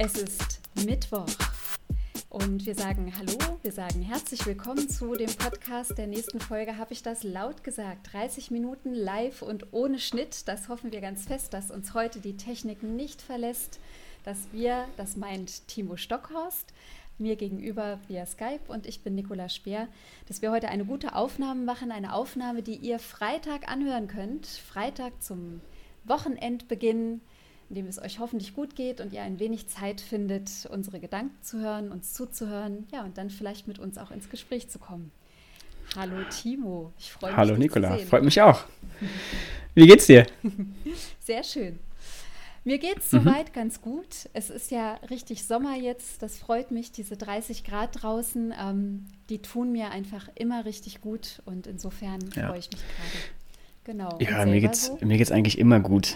Es ist Mittwoch und wir sagen Hallo, wir sagen herzlich willkommen zu dem Podcast der nächsten Folge. Habe ich das laut gesagt? 30 Minuten live und ohne Schnitt. Das hoffen wir ganz fest, dass uns heute die Technik nicht verlässt, das meint Timo Stockhorst, mir gegenüber via Skype und ich bin Nicola Speer, dass wir heute eine gute Aufnahme machen, eine Aufnahme, die ihr Freitag anhören könnt, Freitag zum Wochenendbeginn, in dem es euch hoffentlich gut geht und ihr ein wenig Zeit findet, unsere Gedanken zu hören, uns zuzuhören, ja, und dann vielleicht mit uns auch ins Gespräch zu kommen. Hallo Timo, ich freue mich, Hallo dich Nicola, zu sehen. freut mich auch. Wie geht's dir? Sehr schön. Mir geht's soweit ganz gut. Es ist ja richtig Sommer jetzt, das freut mich, diese 30 Grad draußen, die tun mir einfach immer richtig gut und insofern freue ich mich gerade. Genau. Ja, mir geht's eigentlich immer gut.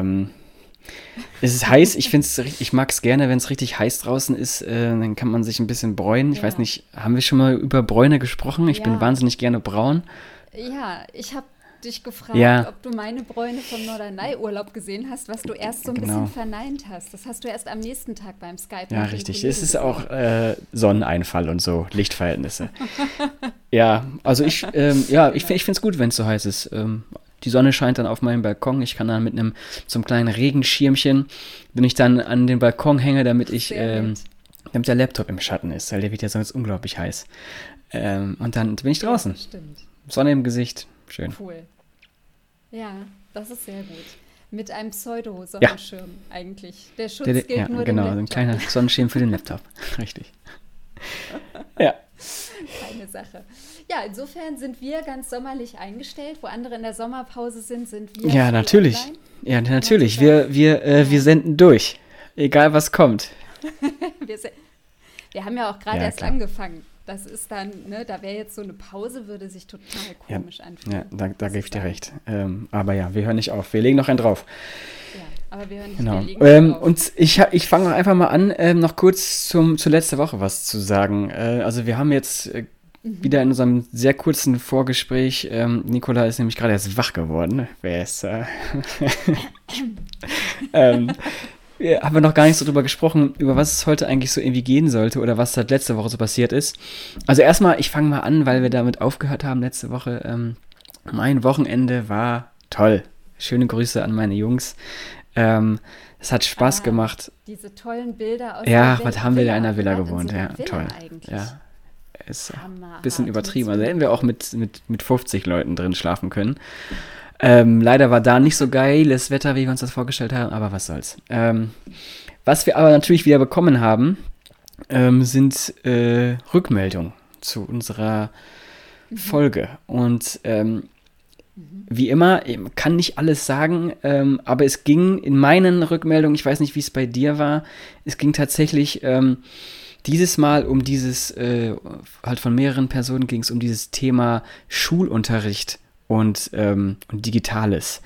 Es ist heiß, ich mag es gerne, wenn es richtig heiß draußen ist, dann kann man sich ein bisschen bräunen. Ich weiß nicht, haben wir schon mal über Bräune gesprochen? Ich bin wahnsinnig gerne braun. Ja, ich habe dich gefragt, ob du meine Bräune vom Norderney-Urlaub gesehen hast, was du erst so ein bisschen verneint hast. Das hast du erst am nächsten Tag beim Skype. Ja, richtig. Es ist auch Sonneneinfall und so, Lichtverhältnisse. Ja, also ich finde es gut, wenn es so heiß ist. Die Sonne scheint dann auf meinem Balkon. Ich kann dann mit so einem kleinen Regenschirmchen, wenn ich dann an den Balkon hänge, damit der Laptop im Schatten ist, weil der wird ja sonst unglaublich heiß. Und dann bin ich draußen. Ja, stimmt. Sonne im Gesicht. Schön. Cool. Ja, das ist sehr gut. Mit einem Pseudo-Sonnenschirm eigentlich. Der Schutz gilt nur dem Laptop. Ein kleiner Sonnenschirm für den Laptop. Richtig. Ja. Keine Sache. Ja, insofern sind wir ganz sommerlich eingestellt. Wo andere in der Sommerpause sind wir. Ja, natürlich. Online. Ja, natürlich. Wir senden durch. Egal, was kommt. Wir haben ja auch gerade erst angefangen. Das ist dann, da wäre jetzt so eine Pause, würde sich total komisch anfühlen. Ja, da gebe ich dir recht. Aber ja, wir hören nicht auf. Wir legen noch einen drauf. Ja, aber wir hören nicht, genau. Wir legen drauf. Und ich fange einfach mal an, noch kurz zu letzter Woche was zu sagen. Also wir haben jetzt wieder in unserem sehr kurzen Vorgespräch, Nicola ist nämlich gerade erst wach geworden. Wer ist wir haben noch gar nicht so drüber gesprochen, über was es heute eigentlich so irgendwie gehen sollte oder was seit letzter Woche so passiert ist. Also erstmal, ich fange mal an, weil wir damit aufgehört haben letzte Woche. Mein Wochenende war toll. Schöne Grüße an meine Jungs. Es hat Spaß gemacht. Diese tollen Bilder aus der was haben wir da in der Villa gewohnt. So ja, Villa toll. Eigentlich. Ja, ist ein bisschen übertrieben. Also hätten wir auch mit 50 Leuten drin schlafen können. Leider war da nicht so geiles Wetter, wie wir uns das vorgestellt haben, aber was soll's. Was wir aber natürlich wieder bekommen haben, sind Rückmeldungen zu unserer Folge. Und wie immer, man kann nicht alles sagen, aber es ging in meinen Rückmeldungen, ich weiß nicht, wie es bei dir war, es ging tatsächlich dieses Mal um dieses, halt von mehreren Personen ging es um dieses Thema Schulunterricht und Digitales.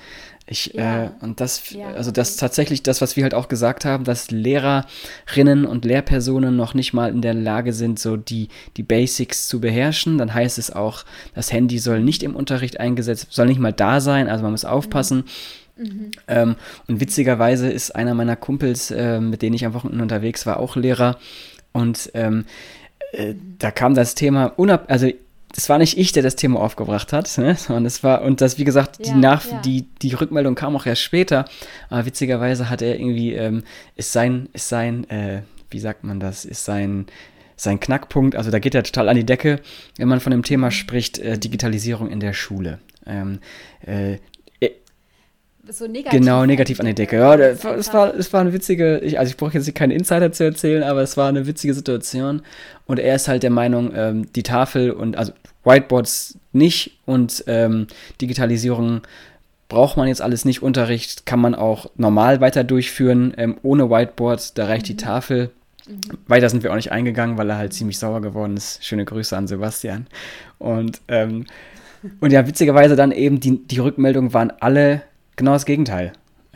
Also das tatsächlich das, was wir halt auch gesagt haben, dass Lehrerinnen und Lehrpersonen noch nicht mal in der Lage sind, so die Basics zu beherrschen. Dann heißt es auch, das Handy soll nicht im Unterricht soll nicht mal da sein, also man muss aufpassen. Und witzigerweise ist einer meiner Kumpels, mit denen ich am Wochenende unterwegs war, auch Lehrer. Und da kam das Thema es war nicht ich, der das Thema aufgebracht hat, sondern wie gesagt, die Rückmeldung kam auch erst später, aber witzigerweise hat er irgendwie, wie sagt man das, ist sein Knackpunkt, also da geht er total an die Decke, wenn man von dem Thema spricht, Digitalisierung in der Schule. So negativ. Genau, negativ an die Decke. Ja, es war eine witzige, ich brauche jetzt keine Insider zu erzählen, aber es war eine witzige Situation. Und er ist halt der Meinung, die Tafel also Whiteboards nicht und Digitalisierung braucht man jetzt alles nicht. Unterricht kann man auch normal weiter durchführen, ohne Whiteboard, da reicht die Tafel. Weiter sind wir auch nicht eingegangen, weil er halt ziemlich sauer geworden ist. Schöne Grüße an Sebastian. Und ja, witzigerweise dann eben die Rückmeldungen waren alle genau das Gegenteil.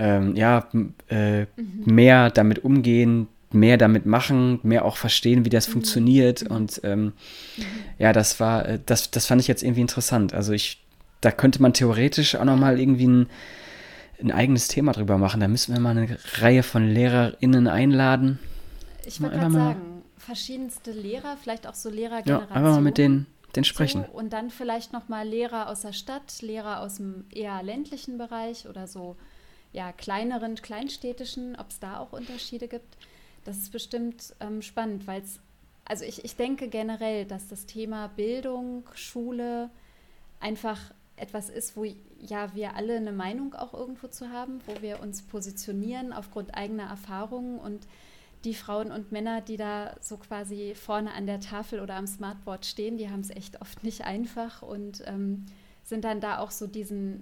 Mehr damit umgehen, mehr damit machen, mehr auch verstehen, wie das funktioniert. Und das fand ich jetzt irgendwie interessant. Also da könnte man theoretisch auch nochmal irgendwie ein eigenes Thema drüber machen. Da müssen wir mal eine Reihe von LehrerInnen einladen. ich würde gerade sagen, verschiedenste Lehrer, vielleicht auch so Lehrergenerationen. Ja, einfach mal mit denen sprechen. So, und dann vielleicht nochmal Lehrer aus der Stadt, Lehrer aus dem eher ländlichen Bereich oder so, ja, kleineren, kleinstädtischen, ob es da auch Unterschiede gibt. Das ist bestimmt spannend, weil also ich denke generell, dass das Thema Bildung, Schule einfach etwas ist, wo ja wir alle eine Meinung auch irgendwo zu haben, wo wir uns positionieren aufgrund eigener Erfahrungen, und die Frauen und Männer, die da so quasi vorne an der Tafel oder am Smartboard stehen, die haben es echt oft nicht einfach und sind dann da auch so dem,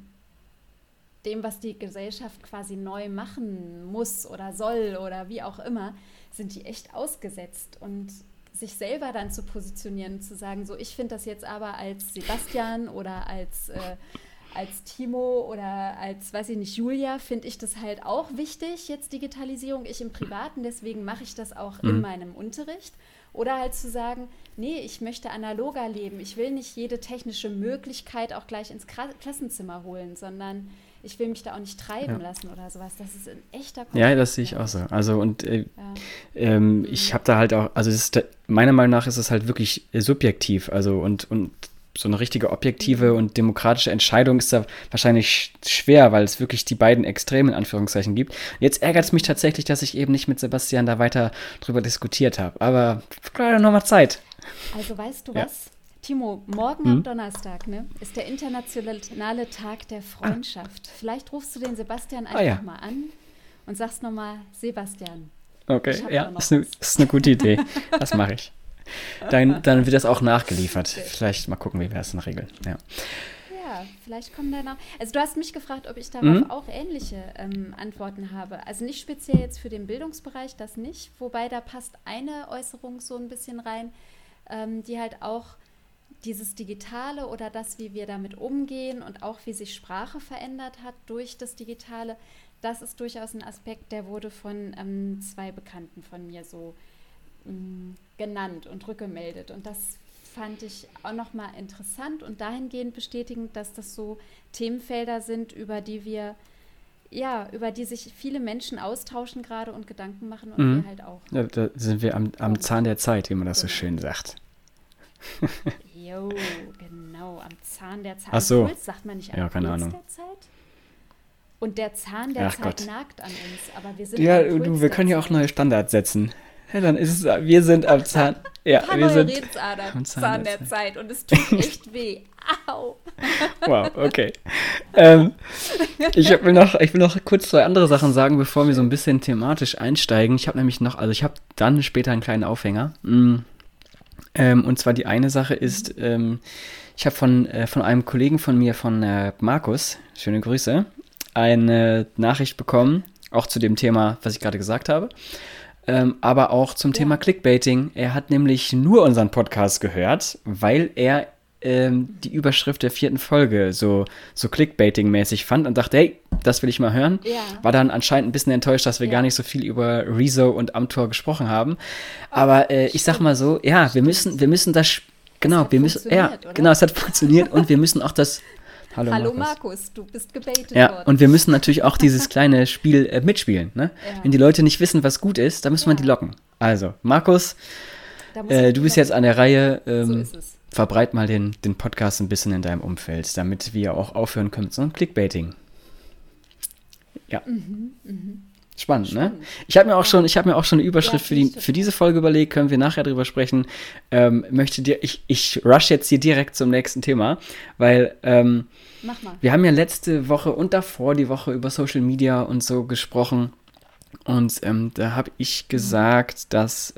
was die Gesellschaft quasi neu machen muss oder soll oder wie auch immer, sind die echt ausgesetzt. Und sich selber dann zu positionieren, zu sagen, so, ich finde das jetzt aber als Sebastian oder als Timo oder als, weiß ich nicht, Julia, finde ich das halt auch wichtig, jetzt Digitalisierung, ich im Privaten, deswegen mache ich das auch in meinem Unterricht. Oder halt zu sagen, nee, ich möchte analoger leben, ich will nicht jede technische Möglichkeit auch gleich ins Klassenzimmer holen, sondern ich will mich da auch nicht treiben lassen oder sowas. Das ist ein echter Konflikt. Ja, das sehe ich auch so. Also und ich habe da halt auch, also meiner Meinung nach ist es halt wirklich subjektiv, also und so eine richtige objektive und demokratische Entscheidung ist da wahrscheinlich schwer, weil es wirklich die beiden Extremen in Anführungszeichen gibt. Jetzt ärgert es mich tatsächlich, dass ich eben nicht mit Sebastian da weiter drüber diskutiert habe. Aber gerade noch mal Zeit. Also weißt du was? Timo, morgen am Donnerstag, ne, ist der internationale Tag der Freundschaft. Vielleicht rufst du den Sebastian einfach mal an und sagst nochmal, Sebastian. Okay, ja, ist eine gute Idee. Das mache ich. Dann wird das auch nachgeliefert. Vielleicht mal gucken, wie wir das in regeln. Ja, vielleicht kommen da noch. Also du hast mich gefragt, ob ich darauf auch ähnliche Antworten habe. Also nicht speziell jetzt für den Bildungsbereich, das nicht. Wobei da passt eine Äußerung so ein bisschen rein, die halt auch dieses Digitale oder das, wie wir damit umgehen und auch wie sich Sprache verändert hat durch das Digitale, das ist durchaus ein Aspekt, der wurde von 2 Bekannten von mir so genannt und rückgemeldet. Und das fand ich auch nochmal interessant und dahingehend bestätigend, dass das so Themenfelder sind, über die sich viele Menschen austauschen gerade und Gedanken machen und wir halt auch. Ja, da sind wir am Zahn der Zeit, wie man das so schön sagt. Jo, genau, am Zahn der Zeit. Ach so. Puls, sagt man nicht am Puls der Zeit? Und der Zahn der Zeit nagt an uns, aber wir sind wir können ja auch neue Standards setzen. Ja, dann ist es, wir sind am Zahn. Ja, wir sind am Zahn der Zeit und es tut echt weh. Au. Wow, okay. Ich will noch kurz 2 andere Sachen sagen, bevor wir so ein bisschen thematisch einsteigen. Ich habe nämlich ich habe dann später einen kleinen Aufhänger. Und zwar die eine Sache ist, ich habe von einem Kollegen von mir, von Markus, schöne Grüße, eine Nachricht bekommen, auch zu dem Thema, was ich gerade gesagt habe, aber auch zum Thema Clickbaiting. Er hat nämlich nur unseren Podcast gehört, weil er die Überschrift der 4. Folge so Clickbaiting-mäßig fand und dachte, hey, das will ich mal hören. Ja. War dann anscheinend ein bisschen enttäuscht, dass wir gar nicht so viel über Rezo und Amtor gesprochen haben. Aber ich sag mal so, ja, wir müssen das, genau, es hat funktioniert und wir müssen auch das, Hallo Markus, du bist gebaitet worden. Ja, und wir müssen natürlich auch dieses kleine Spiel mitspielen, ne? Ja. Wenn die Leute nicht wissen, was gut ist, dann müssen wir die locken. Also, Markus, du bist jetzt an der Reihe, so ist es. Verbreit mal den Podcast ein bisschen in deinem Umfeld, damit wir auch aufhören können mit so einem Clickbaiting. Ja. Spannend, ne? Ich habe mir auch schon eine Überschrift für diese Folge überlegt, können wir nachher drüber sprechen. Ich rush jetzt hier direkt zum nächsten Thema, weil Mach mal. Wir haben ja letzte Woche und davor die Woche über Social Media und so gesprochen und da habe ich gesagt, dass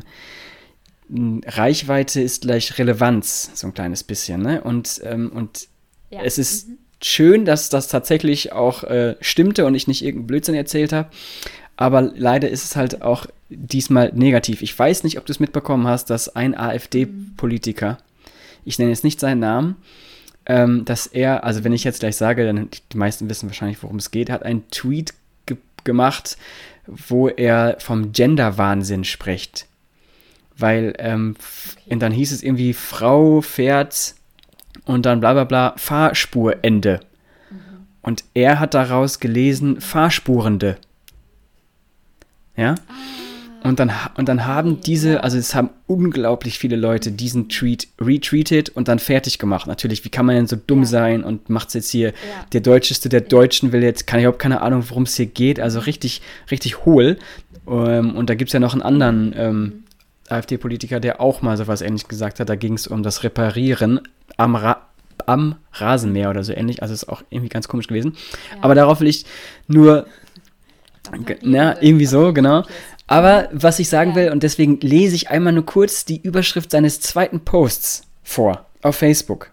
Reichweite ist gleich Relevanz, so ein kleines bisschen, ne? Und es ist schön, dass das tatsächlich auch stimmte und ich nicht irgendeinen Blödsinn erzählt habe, aber leider ist es halt auch diesmal negativ. Ich weiß nicht, ob du es mitbekommen hast, dass ein AfD-Politiker, ich nenne jetzt nicht seinen Namen, dass er, also wenn ich jetzt gleich sage, dann die meisten wissen wahrscheinlich, worum es geht, hat einen Tweet gemacht, wo er vom Gender-Wahnsinn spricht. Weil, und dann hieß es irgendwie Frau, Pferd und dann bla bla bla, Fahrspurende. Und er hat daraus gelesen, Fahrspurende. Ja? Und dann haben also es haben unglaublich viele Leute diesen Tweet retweetet und dann fertig gemacht. Natürlich, wie kann man denn so dumm sein und macht es jetzt hier, der Deutscheste der Deutschen will jetzt, ich habe keine Ahnung, worum es hier geht, also richtig, richtig hohl. Und da gibt es ja noch einen anderen AfD-Politiker, der auch mal sowas ähnlich gesagt hat. Da ging es um das Reparieren am Rasenmäher oder so ähnlich. Also ist auch irgendwie ganz komisch gewesen. Ja. Aber darauf will ich nur, irgendwie so, genau. Aber was ich sagen will, und deswegen lese ich einmal nur kurz die Überschrift seines zweiten Posts vor auf Facebook.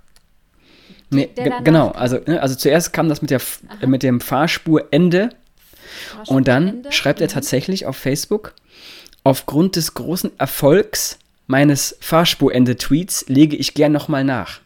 Genau, also zuerst kam das mit dem Fahrspurende und dann schreibt er tatsächlich auf Facebook: Aufgrund des großen Erfolgs meines Fahrspurende-Tweets lege ich gern nochmal nach.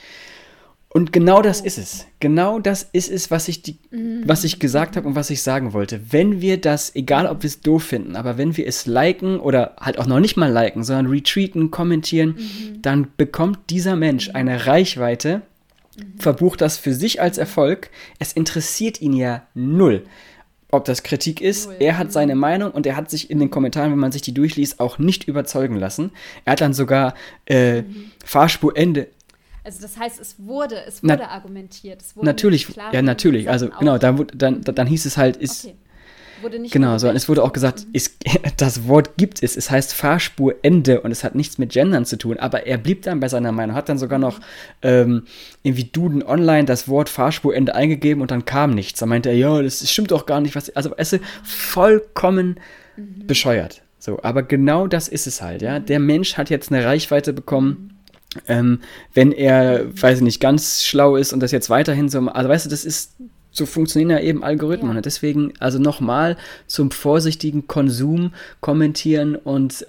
Und genau das ist es. Genau das ist es, was ich gesagt habe und was ich sagen wollte. Wenn wir das, egal ob wir es doof finden, aber wenn wir es liken oder halt auch noch nicht mal liken, sondern retweeten, kommentieren, dann bekommt dieser Mensch eine Reichweite, verbucht das für sich als Erfolg. Es interessiert ihn ja null, ob das Kritik ist. Er hat seine Meinung und er hat sich in den Kommentaren, wenn man sich die durchliest, auch nicht überzeugen lassen. Er hat dann sogar Fahrspurende. Also das heißt, es wurde argumentiert. Es wurde natürlich, natürlich. Also genau, dann hieß es halt, wurde nicht genau, so, und es wurde auch gesagt, das Wort gibt es. Es heißt Fahrspurende und es hat nichts mit Gendern zu tun. Aber er blieb dann bei seiner Meinung, hat dann sogar noch irgendwie Duden Online das Wort Fahrspurende eingegeben und dann kam nichts. Da meinte er, ja, das stimmt doch gar nicht. Also es ist vollkommen bescheuert. So, aber genau das ist es halt, ja. Der Mensch hat jetzt eine Reichweite bekommen. Wenn er, weiß ich nicht, ganz schlau ist und das jetzt weiterhin so, also weißt du, so funktionieren ja eben Algorithmen. Und deswegen, also nochmal zum vorsichtigen Konsum kommentieren und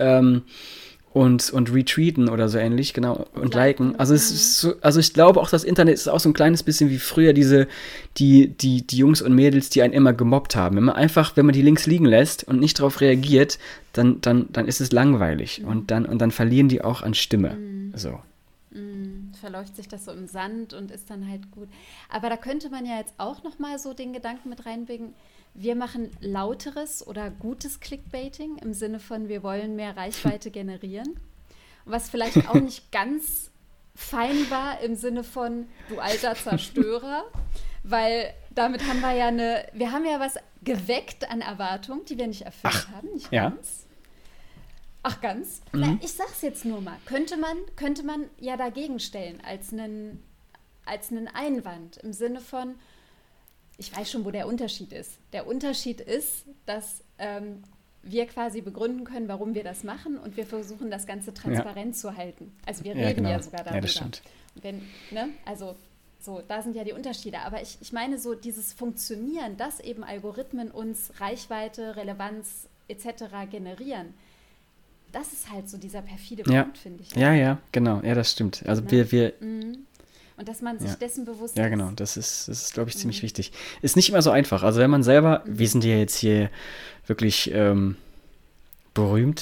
retweeten oder so ähnlich, genau, und liken. Also es ist so, also ich glaube auch, das Internet ist auch so ein kleines bisschen wie früher die Jungs und Mädels, die einen immer gemobbt haben. Wenn man die links liegen lässt und nicht darauf reagiert, dann ist es langweilig und dann verlieren die auch an Stimme. So. Verläuft sich das so im Sand und ist dann halt gut. Aber da könnte man ja jetzt auch nochmal so den Gedanken mit reinbringen, wir machen lauteres oder gutes Clickbaiting im Sinne von, wir wollen mehr Reichweite generieren. Was vielleicht auch nicht ganz fein war im Sinne von, du alter Zerstörer, weil damit haben wir haben ja was geweckt an Erwartungen, die wir nicht erfüllt haben, nicht ganz. Ach, ganz? Na, ich sag's jetzt nur mal. Könnte man ja dagegen stellen als einen Einwand im Sinne von, ich weiß schon, wo der Unterschied ist. Der Unterschied ist, dass wir quasi begründen können, warum wir das machen und wir versuchen, das Ganze transparent zu halten. Also wir reden ja sogar darüber. Ja, das stimmt. Also so, da sind ja die Unterschiede. Aber ich meine so dieses Funktionieren, dass eben Algorithmen uns Reichweite, Relevanz etc. generieren, das ist halt so dieser perfide Punkt, finde ich. Ja, genau. Ja, das stimmt. Also wir und dass man sich dessen bewusst ist. Ja, genau. Das ist glaube ich, ziemlich wichtig. Ist nicht immer so einfach. Also wenn man selber, wir sind ja jetzt hier wirklich berühmt.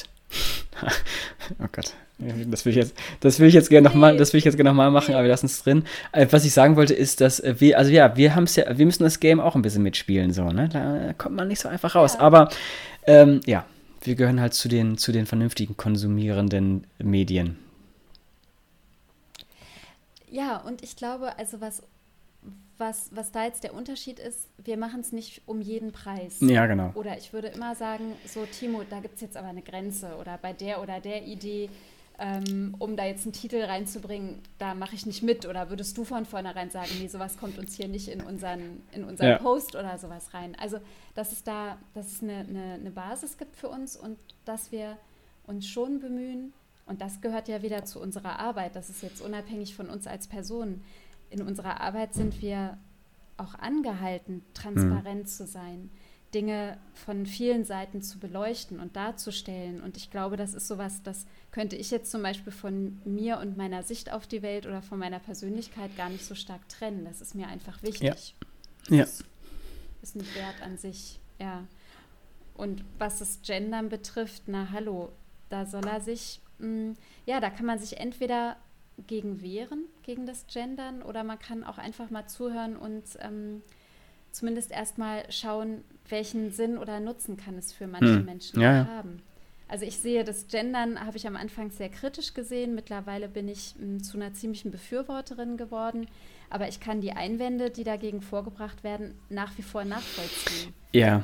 Oh Gott. Das will ich jetzt gerne nochmal machen, aber wir lassen es drin. Was ich sagen wollte, ist, dass wir müssen das Game auch ein bisschen mitspielen, so, ne? Da kommt man nicht so einfach raus. Aber wir gehören halt zu den vernünftigen konsumierenden Medien. Ja, und ich glaube, also was da jetzt der Unterschied ist, wir machen es nicht um jeden Preis. Ja, genau. Oder ich würde immer sagen, so Timo, da gibt es jetzt aber eine Grenze oder bei der oder der Idee, um da jetzt einen Titel reinzubringen, da mache ich nicht mit. Oder würdest du von vornherein sagen, nee, sowas kommt uns hier nicht in unseren Post oder sowas rein. Also, dass es eine Basis gibt für uns und dass wir uns schon bemühen, und das gehört ja wieder zu unserer Arbeit, das ist jetzt unabhängig von uns als Personen. In unserer Arbeit sind wir auch angehalten, transparent zu sein, Dinge von vielen Seiten zu beleuchten und darzustellen. Und ich glaube, das ist sowas, das könnte ich jetzt zum Beispiel von mir und meiner Sicht auf die Welt oder von meiner Persönlichkeit gar nicht so stark trennen. Das ist mir einfach wichtig. Ja. Das ist ein Wert an sich, ja. Und was das Gendern betrifft, na hallo, da soll er sich, da kann man sich entweder gegen wehren, gegen das Gendern, oder man kann auch einfach mal zuhören und zumindest erstmal schauen, welchen Sinn oder Nutzen kann es für manche Menschen haben. Also ich sehe das Gendern, habe ich am Anfang sehr kritisch gesehen. Mittlerweile bin ich zu einer ziemlichen Befürworterin geworden. Aber ich kann die Einwände, die dagegen vorgebracht werden, nach wie vor nachvollziehen. Ja,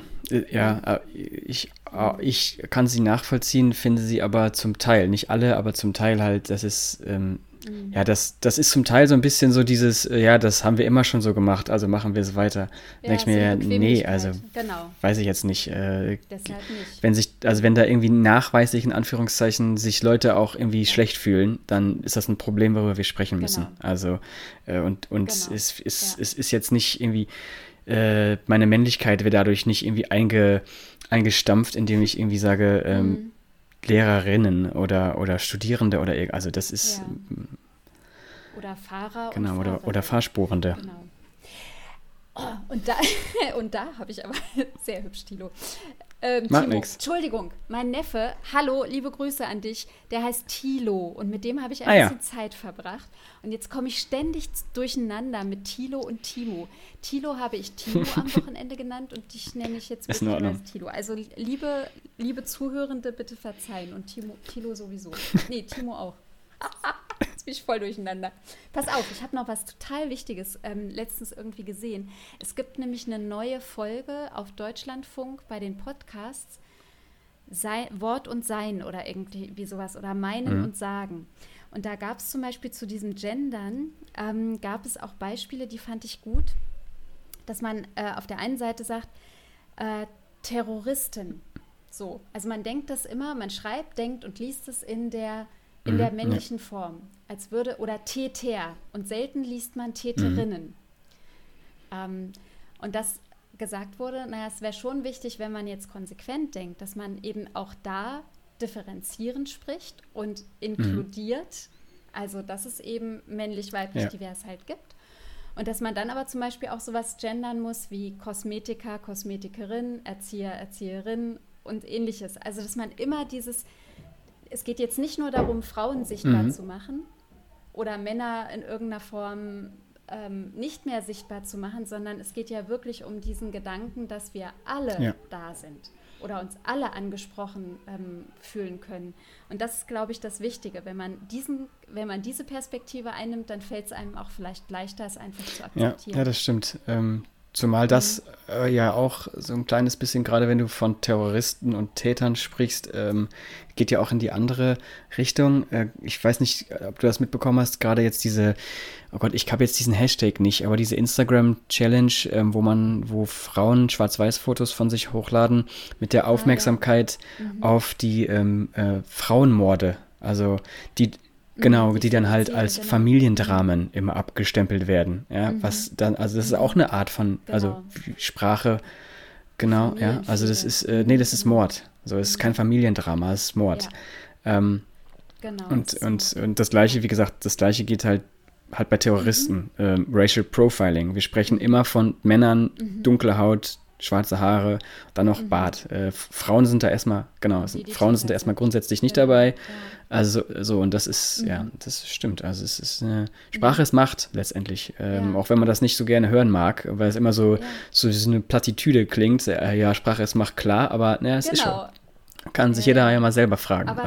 ich kann sie nachvollziehen, finde sie aber zum Teil, nicht alle, aber zum Teil halt, das ist, ja, das ist zum Teil so ein bisschen so dieses, ja, das haben wir immer schon so gemacht, also machen wir es weiter. Da denke ich mir, ja, nee, also genau. Weiß ich jetzt nicht. Deshalb nicht. Wenn da irgendwie nachweislich in Anführungszeichen sich Leute auch irgendwie schlecht fühlen, dann ist das ein Problem, worüber wir sprechen müssen. Genau. Also, und Genau. es ist jetzt nicht irgendwie, meine Männlichkeit wird dadurch nicht irgendwie eingestampft, indem ich irgendwie sage, Lehrerinnen oder Studierende also das ist oder Fahrer genau, und oder Fahrspurende. Genau. Oh, und da habe ich aber sehr hübsch, Thilo. Macht Timo, nix. Entschuldigung, mein Neffe, hallo, liebe Grüße an dich, der heißt Thilo und mit dem habe ich ein bisschen Zeit verbracht und jetzt komme ich ständig durcheinander mit Thilo und Timo. Thilo habe ich Timo am Wochenende genannt und dich nenne ich jetzt wirklich als Thilo. Also liebe Zuhörende, bitte verzeihen und Thilo sowieso. Nee, Timo auch. Jetzt bin ich voll durcheinander. Pass auf, ich habe noch was total Wichtiges letztens irgendwie gesehen. Es gibt nämlich eine neue Folge auf Deutschlandfunk bei den Podcasts, Wort und Sein oder irgendwie sowas oder Meinen und Sagen. Und da gab es zum Beispiel zu diesem Gendern, gab es auch Beispiele, die fand ich gut, dass man auf der einen Seite sagt, Terroristen. So, also man denkt das immer, man schreibt, denkt und liest es in der männlichen Form, als würde, oder Täter, und selten liest man Täterinnen. Und das gesagt wurde, naja, es wäre schon wichtig, wenn man jetzt konsequent denkt, dass man eben auch da differenzierend spricht und inkludiert, also dass es eben männlich-weiblich Diversheit gibt. Und dass man dann aber zum Beispiel auch sowas gendern muss wie Kosmetiker, Kosmetikerin, Erzieher, Erzieherin und ähnliches. Also dass man immer es geht jetzt nicht nur darum, Frauen sichtbar zu machen oder Männer in irgendeiner Form nicht mehr sichtbar zu machen, sondern es geht ja wirklich um diesen Gedanken, dass wir alle da sind oder uns alle angesprochen fühlen können. Und das ist, glaube ich, das Wichtige. Wenn man diese Perspektive einnimmt, dann fällt es einem auch vielleicht leichter, es einfach zu akzeptieren. Ja, das stimmt. Zumal das ja auch so ein kleines bisschen, gerade wenn du von Terroristen und Tätern sprichst, geht ja auch in die andere Richtung. Ich weiß nicht, ob du das mitbekommen hast, gerade jetzt oh Gott, ich habe jetzt diesen Hashtag nicht, aber diese Instagram-Challenge, wo Frauen Schwarz-Weiß-Fotos von sich hochladen mit der Aufmerksamkeit auf die Frauenmorde. Also die dann halt als Familiendramen immer abgestempelt werden. Ja, was dann, also das ist auch eine Art von, also Sprache, genau, ja, also das ist, das ist Mord. So, es ist kein Familiendrama, es ist Mord. Ja. Und das Gleiche, wie gesagt, geht halt bei Terroristen, Racial Profiling. Wir sprechen immer von Männern, dunkle Haut, schwarze Haare, dann noch Bart. Frauen sind da erstmal, grundsätzlich nicht dabei. Ja. Also so, und das ist, das stimmt. Also es ist Sprache ist Macht letztendlich. Auch wenn man das nicht so gerne hören mag, weil es immer so eine Plattitüde klingt. Sprache ist Macht, klar, aber es ist schon. Kann sich jeder ja mal selber fragen. Aber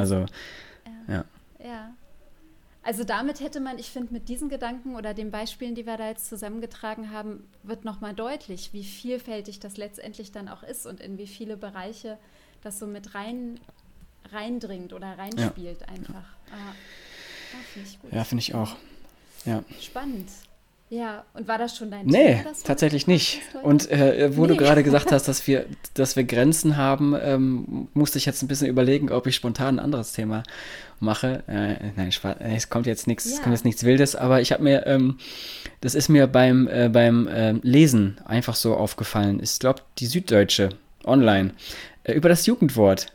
Also damit hätte man, ich finde, mit diesen Gedanken oder den Beispielen, die wir da jetzt zusammengetragen haben, wird nochmal deutlich, wie vielfältig das letztendlich dann auch ist und in wie viele Bereiche das so mit reindringt oder reinspielt einfach. Finde ich gut. Ja, finde ich auch. Ja. Spannend. Ja, und war das schon dein Thema? Nee, tatsächlich nicht. Und wo du gerade gesagt hast, dass wir Grenzen haben, musste ich jetzt ein bisschen überlegen, ob ich spontan ein anderes Thema mache. Nein, es kommt jetzt nichts Wildes, aber ich habe mir, das ist mir beim Lesen einfach so aufgefallen. Ich glaube, die Süddeutsche online über das Jugendwort.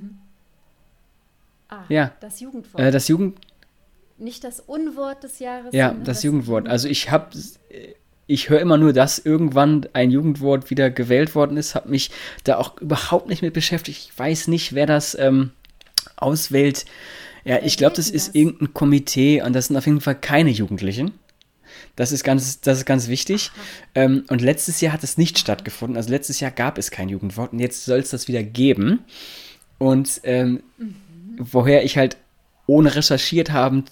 Das Jugendwort. Nicht das Unwort des Jahres. Ja, das Jugendwort. Also ich höre immer nur, dass irgendwann ein Jugendwort wieder gewählt worden ist, habe mich da auch überhaupt nicht mit beschäftigt. Ich weiß nicht, wer das auswählt. Ja, ich glaube, das ist irgendein Komitee und das sind auf jeden Fall keine Jugendlichen. Das ist ganz wichtig. Und letztes Jahr hat es nicht stattgefunden. Also letztes Jahr gab es kein Jugendwort und jetzt soll es das wieder geben. Und woher ich halt ohne recherchiert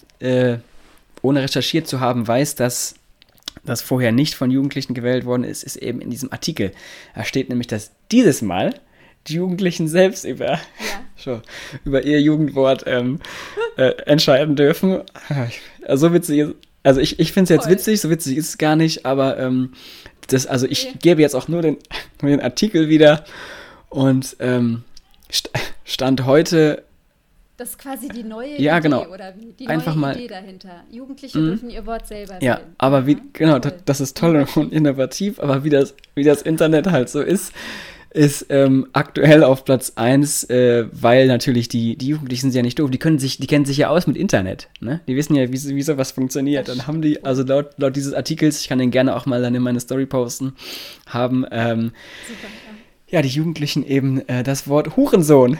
zu haben, weiß, dass das vorher nicht von Jugendlichen gewählt worden ist, ist eben in diesem Artikel. Da steht nämlich, dass dieses Mal die Jugendlichen selbst über ihr Jugendwort entscheiden dürfen. So witzig. Also ich finde es jetzt witzig, so witzig ist es gar nicht, aber ich gebe jetzt auch nur den Artikel wieder und Stand heute. Das ist quasi die neue Idee, genau. Oder wie? Die einfach neue Idee dahinter. Jugendliche dürfen ihr Wort selber wählen. Ja, aber das ist toll und innovativ, aber wie das Internet halt so ist aktuell auf Platz 1, weil natürlich die Jugendlichen sind ja nicht doof, die kennen sich ja aus mit Internet, ne? Die wissen ja, wie sowas funktioniert. Dann haben die, also laut dieses Artikels, ich kann den gerne auch mal dann in meine Story posten, haben die Jugendlichen eben das Wort Hurensohn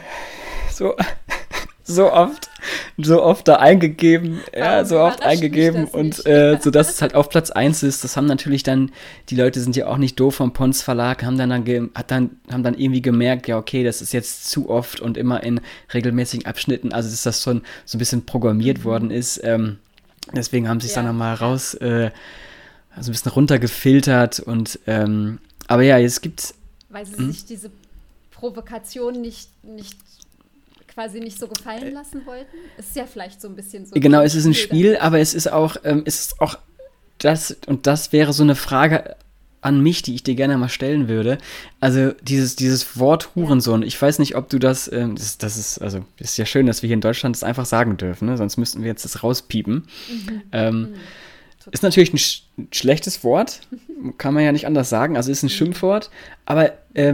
so oft da eingegeben, und sodass es halt auf Platz 1 ist. Das haben natürlich dann, die Leute sind ja auch nicht doof vom Pons Verlag, haben dann irgendwie gemerkt, ja okay, das ist jetzt zu oft und immer in regelmäßigen Abschnitten, also dass das schon so ein bisschen programmiert worden ist. Deswegen haben sie es dann nochmal raus, also ein bisschen runtergefiltert und aber ja, es gibt... Weil sie sich diese Provokation nicht quasi nicht so gefallen lassen wollten? Ist ja vielleicht so ein bisschen so. Genau, es ist ein Spiel, aber es ist auch das, und das wäre so eine Frage an mich, die ich dir gerne mal stellen würde. Also dieses Wort Hurensohn, ich weiß nicht, ob du das ist ja schön, dass wir hier in Deutschland das einfach sagen dürfen, ne? Sonst müssten wir jetzt das rauspiepen. Ist natürlich ein schlechtes Wort, kann man ja nicht anders sagen, also ist ein Schimpfwort, aber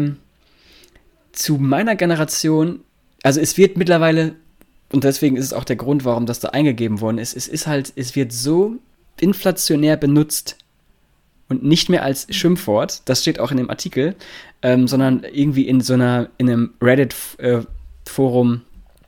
zu meiner Generation, also es wird mittlerweile, und deswegen ist es auch der Grund, warum das da eingegeben worden ist, es wird so inflationär benutzt und nicht mehr als Schimpfwort, das steht auch in dem Artikel, sondern irgendwie in einem Reddit-Forum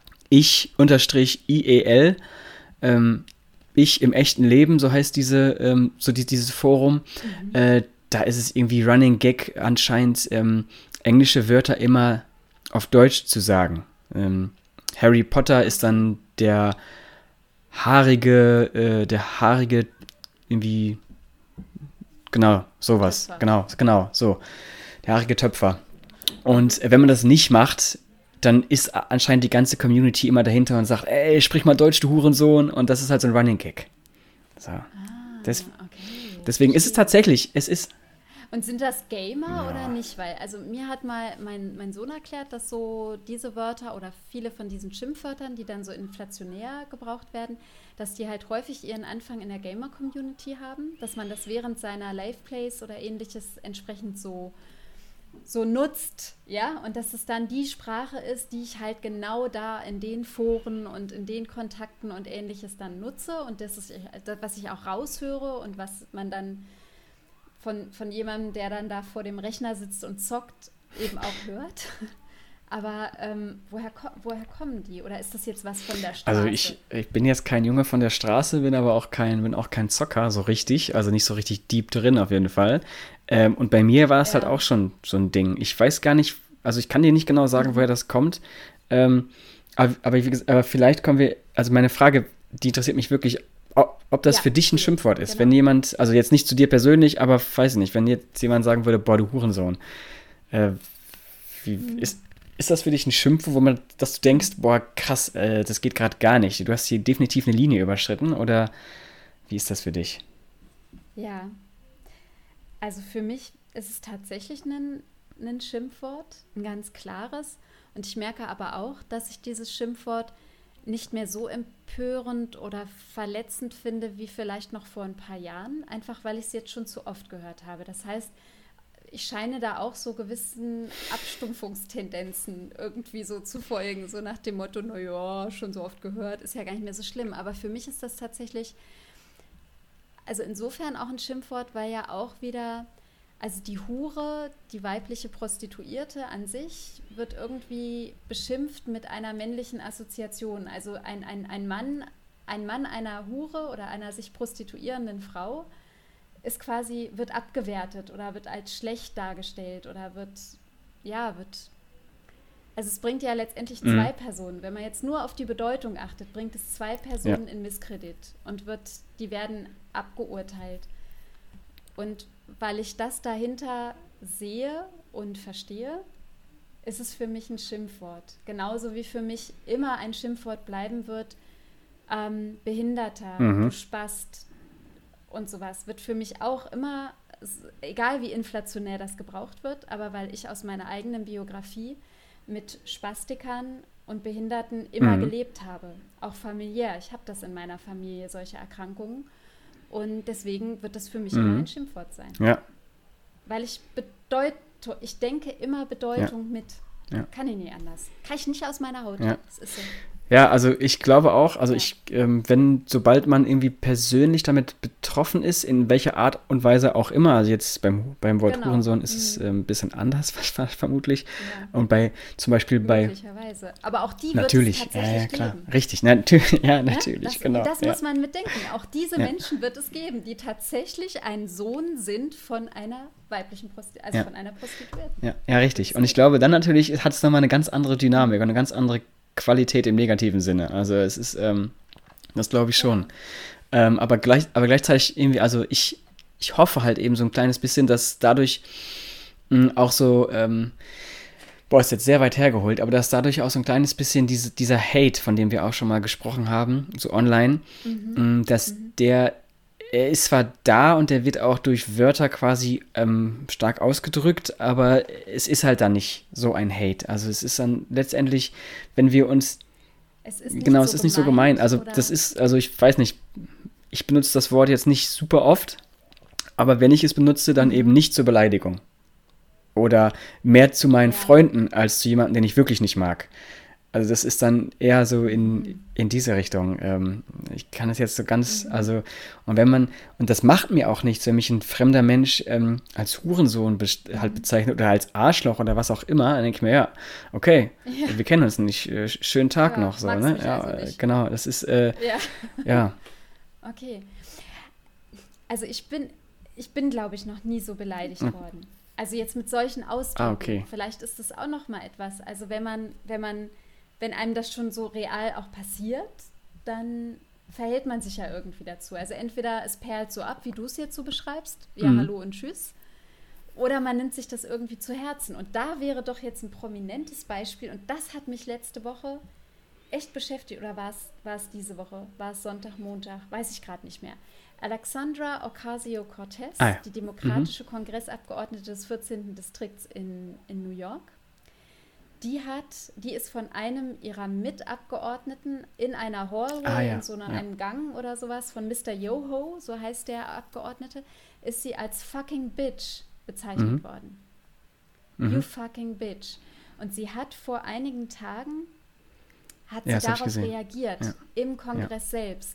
ich_IEL, ich im echten Leben, so heißt dieses Forum, da ist es irgendwie Running Gag anscheinend, englische Wörter immer auf Deutsch zu sagen. Harry Potter ist dann der haarige, irgendwie, genau, sowas, genau, so, der haarige Töpfer. Und wenn man das nicht macht, dann ist anscheinend die ganze Community immer dahinter und sagt, ey, sprich mal Deutsch, du Hurensohn, und das ist halt so ein Running Gag. So. Deswegen ist es tatsächlich, Und sind das Gamer oder nicht? Weil, also mir hat mal mein Sohn erklärt, dass so diese Wörter oder viele von diesen Schimpfwörtern, die dann so inflationär gebraucht werden, dass die halt häufig ihren Anfang in der Gamer-Community haben, dass man das während seiner Live-Plays oder ähnliches entsprechend so nutzt, ja, und dass es dann die Sprache ist, die ich halt genau da in den Foren und in den Kontakten und ähnliches dann nutze und das ist, was ich auch raushöre und was man dann von jemandem, der dann da vor dem Rechner sitzt und zockt, eben auch hört. Aber woher kommen die? Oder ist das jetzt was von der Straße? Also ich bin jetzt kein Junge von der Straße, bin auch kein Zocker, so richtig. Also nicht so richtig deep drin auf jeden Fall. Und bei mir war es halt auch schon so ein Ding. Ich weiß gar nicht, also ich kann dir nicht genau sagen, woher das kommt. Aber vielleicht kommen wir, also meine Frage, die interessiert mich wirklich, ob das für dich ein Schimpfwort ist. Genau. Wenn jemand, also jetzt nicht zu dir persönlich, aber weiß nicht, wenn jetzt jemand sagen würde, boah, du Hurensohn. Ist das für dich ein Schimpfwort, dass du denkst, boah, krass, das geht gerade gar nicht. Du hast hier definitiv eine Linie überschritten, oder wie ist das für dich? Ja, also für mich ist es tatsächlich ein Schimpfwort, ein ganz klares. Und ich merke aber auch, dass ich dieses Schimpfwort nicht mehr so empörend oder verletzend finde, wie vielleicht noch vor ein paar Jahren, einfach weil ich es jetzt schon zu oft gehört habe. Das heißt, ich scheine da auch so gewissen Abstumpfungstendenzen irgendwie so zu folgen, so nach dem Motto, naja, schon so oft gehört, ist ja gar nicht mehr so schlimm. Aber für mich ist das tatsächlich, also insofern auch ein Schimpfwort, weil ja auch wieder, also die Hure, die weibliche Prostituierte an sich, wird irgendwie beschimpft mit einer männlichen Assoziation. Also ein Mann einer Hure oder einer sich prostituierenden Frau wird abgewertet oder wird als schlecht dargestellt oder wird Also es bringt ja letztendlich zwei Personen. Wenn man jetzt nur auf die Bedeutung achtet, bringt es zwei Personen in Misskredit und die werden abgeurteilt. Und weil ich das dahinter sehe und verstehe, ist es für mich ein Schimpfwort. Genauso wie für mich immer ein Schimpfwort bleiben wird, Behinderter, du Spast und sowas, wird für mich auch immer, egal wie inflationär das gebraucht wird, aber weil ich aus meiner eigenen Biografie mit Spastikern und Behinderten immer gelebt habe, auch familiär. Ich habe das in meiner Familie, solche Erkrankungen. Und deswegen wird das für mich immer ein Schimpfwort sein. Ja. Weil ich denke immer Bedeutung mit. Ja. Kann ich nie anders. Kann ich nicht aus meiner Haut. Ja. Das ist so. Ja, also ich glaube auch, sobald man irgendwie persönlich damit betroffen ist, in welcher Art und Weise auch immer, also jetzt beim Wort Hurensohn ist es ein bisschen anders vermutlich. Ja. Und zum Beispiel möglicherweise. Aber auch die natürlich, wird es tatsächlich klar. geben. Richtig, natürlich, genau. Das muss man mitdenken. Auch diese Menschen wird es geben, die tatsächlich ein Sohn sind von einer weiblichen Prostituierten, von einer Prostituierten. Ja, richtig. Und ich glaube, dann natürlich hat es nochmal eine ganz andere Dynamik und eine ganz andere Qualität im negativen Sinne. Also es ist, das glaube ich schon. Aber gleichzeitig irgendwie, also ich hoffe halt eben so ein kleines bisschen, dass dadurch auch so, ist jetzt sehr weit hergeholt, aber dass dadurch auch so ein kleines bisschen dieser Hate, von dem wir auch schon mal gesprochen haben, so online, dass er ist zwar da und der wird auch durch Wörter quasi stark ausgedrückt, aber es ist halt dann nicht so ein Hate. Also es ist dann letztendlich, wenn wir uns... Es ist nicht so gemeint. Also oder? Ich weiß nicht, ich benutze das Wort jetzt nicht super oft, aber wenn ich es benutze, dann eben nicht zur Beleidigung. Oder mehr zu meinen Freunden als zu jemandem, den ich wirklich nicht mag. Also das ist dann eher so in diese Richtung. Ich kann es jetzt so ganz, und das macht mir auch nichts, wenn mich ein fremder Mensch als Hurensohn halt bezeichnet oder als Arschloch oder was auch immer, dann denke ich mir, okay, wir kennen uns nicht, schönen Tag noch. So, ne? Also genau, das ist, ja. Okay. Also ich bin, glaube ich, noch nie so beleidigt worden. Also jetzt mit solchen Ausdrücken. Okay. Vielleicht ist das auch noch mal etwas. Also wenn einem das schon so real auch passiert, dann verhält man sich ja irgendwie dazu. Also entweder es perlt so ab, wie du es jetzt so beschreibst, hallo und tschüss, oder man nimmt sich das irgendwie zu Herzen. Und da wäre doch jetzt ein prominentes Beispiel, und das hat mich letzte Woche echt beschäftigt, oder war es diese Woche? War es Sonntag, Montag? Weiß ich gerade nicht mehr. Alexandra Ocasio-Cortez, die demokratische Kongressabgeordnete des 14. Distrikts in New York, die ist von einem ihrer Mitabgeordneten in einer Hallway, in so einem Gang oder sowas, von Mr. Yoho, so heißt der Abgeordnete, ist sie als fucking bitch bezeichnet worden. You fucking bitch. Und sie hat vor einigen Tagen, darauf reagiert, im Kongress selbst.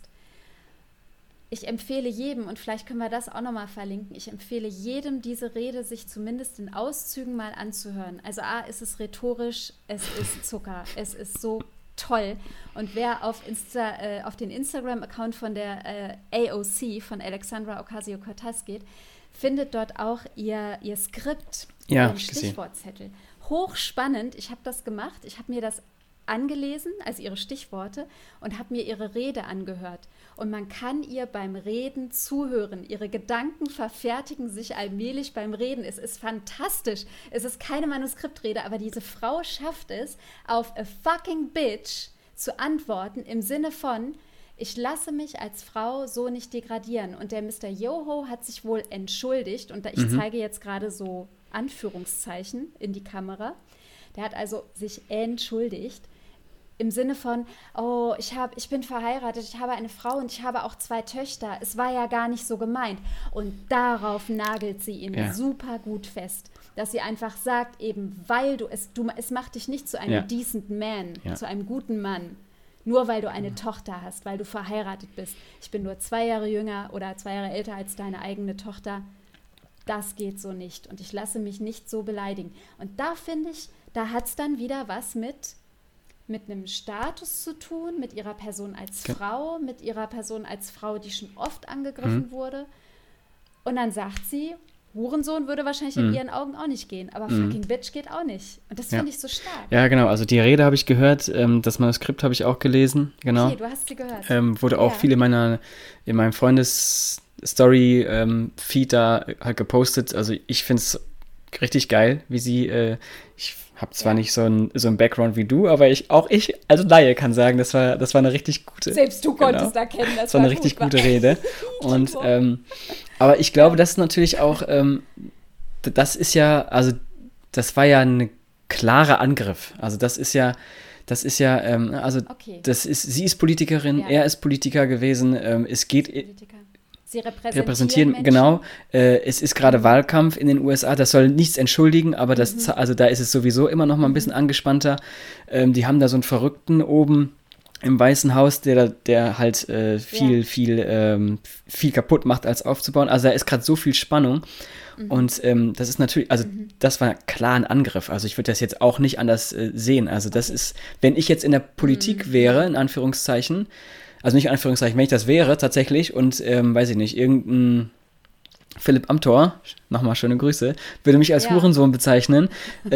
Ich empfehle jedem, und vielleicht können wir das auch nochmal verlinken, ich empfehle jedem, diese Rede sich zumindest in Auszügen mal anzuhören. Also ist es rhetorisch, es ist Zucker, es ist so toll. Und wer auf den Instagram-Account von der AOC, von Alexandra Ocasio-Cortez geht, findet dort auch ihr Skript, ihren Stichwortzettel. Hochspannend, ich habe das gemacht, ich habe mir das angelesen, also ihre Stichworte, und habe mir ihre Rede angehört. Und man kann ihr beim Reden zuhören. Ihre Gedanken verfertigen sich allmählich beim Reden. Es ist fantastisch. Es ist keine Manuskriptrede, aber diese Frau schafft es, auf a fucking bitch zu antworten im Sinne von, ich lasse mich als Frau so nicht degradieren. Und der Mr. Yoho hat sich wohl entschuldigt, und ich zeige jetzt gerade so Anführungszeichen in die Kamera. Der hat also sich entschuldigt. Im Sinne von, ich bin verheiratet, ich habe eine Frau und ich habe auch 2 Töchter. Es war ja gar nicht so gemeint. Und darauf nagelt sie ihn super gut fest. Dass sie einfach sagt, eben weil es macht dich nicht zu einem decent man, zu einem guten Mann. Nur weil du eine Tochter hast, weil du verheiratet bist. Ich bin nur 2 Jahre jünger oder 2 Jahre älter als deine eigene Tochter. Das geht so nicht. Und ich lasse mich nicht so beleidigen. Und da finde ich, da hat es dann wieder was mit einem Status zu tun, mit ihrer Person als Frau, die schon oft angegriffen wurde. Und dann sagt sie, Hurensohn würde wahrscheinlich in ihren Augen auch nicht gehen, aber fucking Bitch geht auch nicht. Und das finde ich so stark. Ja, genau. Also die Rede habe ich gehört, das Manuskript habe ich auch gelesen. Genau. Okay, du hast sie gehört. Wurde auch viel in meinem Freundes-Story-Feed da halt gepostet. Also ich finde es richtig geil, wie sie, ich habe zwar nicht so ein Background wie du, aber ich als Laie kann sagen, das war eine richtig gute. Selbst du konntest erkennen, das war eine richtig gute Rede. Und aber ich glaube, das ist natürlich auch, das ist ja, also das war ja ein klarer Angriff. Also sie ist Politikerin, er ist Politiker gewesen, es geht. Politiker. Sie repräsentieren Menschen. Genau. Es ist gerade Wahlkampf in den USA, das soll nichts entschuldigen, aber da ist es sowieso immer noch mal ein bisschen angespannter. Die haben da so einen Verrückten oben im Weißen Haus, der halt viel kaputt macht, als aufzubauen. Also da ist gerade so viel Spannung. Und das ist natürlich, also das war klar ein Angriff. Also ich würde das jetzt auch nicht anders sehen. Also das ist, wenn ich jetzt in der Politik wäre, in Anführungszeichen, also nicht in Anführungszeichen, wenn ich das wäre tatsächlich und, weiß ich nicht, irgendein Philipp Amthor, nochmal schöne Grüße, würde mich als Hurensohn bezeichnen,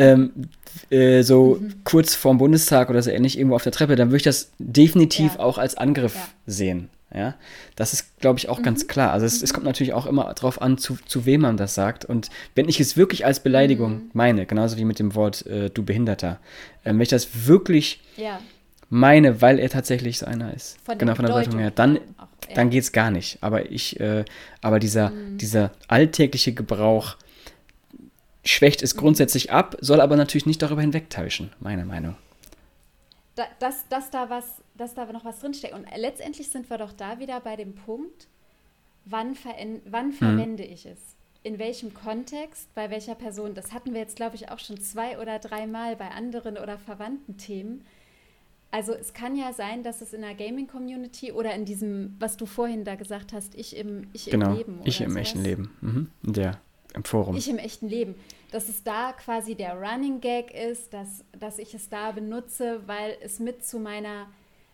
kurz vorm Bundestag oder so ähnlich, irgendwo auf der Treppe, dann würde ich das definitiv auch als Angriff sehen. Ja, das ist, glaube ich, auch ganz klar. Also es kommt natürlich auch immer drauf an, zu wem man das sagt. Und wenn ich es wirklich als Beleidigung meine, genauso wie mit dem Wort du Behinderter, wenn ich das wirklich meine, weil er tatsächlich so einer ist. Von der Bedeutung her. Dann geht's gar nicht. Aber dieser alltägliche Gebrauch schwächt es grundsätzlich ab, soll aber natürlich nicht darüber hinwegtäuschen, meine Meinung. Dass da noch was drinsteckt. Und letztendlich sind wir doch da wieder bei dem Punkt, wann verwende ich es? In welchem Kontext, bei welcher Person? Das hatten wir jetzt, glaube ich, auch schon 2 oder 3 Mal bei anderen oder verwandten Themen. Also es kann ja sein, dass es in der Gaming-Community oder in diesem, was du vorhin da gesagt hast, ich im Leben. Oder ich im echten Leben. Im Forum. Ich im echten Leben. Dass es da quasi der Running Gag ist, dass ich es da benutze, weil es mit zu meiner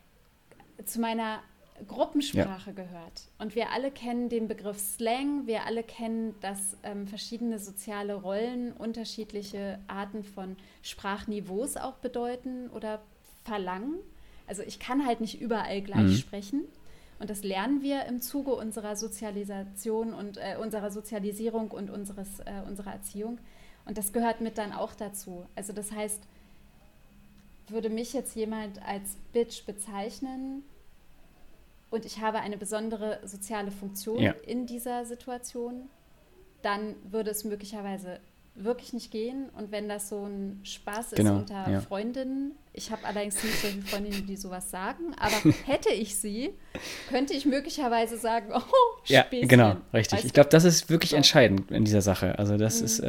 Gruppensprache gehört. Und wir alle kennen den Begriff Slang, wir alle kennen, dass verschiedene soziale Rollen unterschiedliche Arten von Sprachniveaus auch bedeuten oder verlangen. Also ich kann halt nicht überall gleich sprechen. Und das lernen wir im Zuge unserer Sozialisation und unserer Sozialisierung und unserer Erziehung. Und das gehört mit dann auch dazu. Also das heißt, würde mich jetzt jemand als Bitch bezeichnen und ich habe eine besondere soziale Funktion in dieser Situation, dann würde es möglicherweise wirklich nicht gehen. Und wenn das so ein Spaß ist unter Freundinnen, ich habe allerdings nicht so viele Freundinnen, die sowas sagen, aber hätte ich sie, könnte ich möglicherweise sagen, oh, Späßchen. Ja, genau, richtig. Ich glaube, das ist wirklich entscheidend in dieser Sache. Also das ist,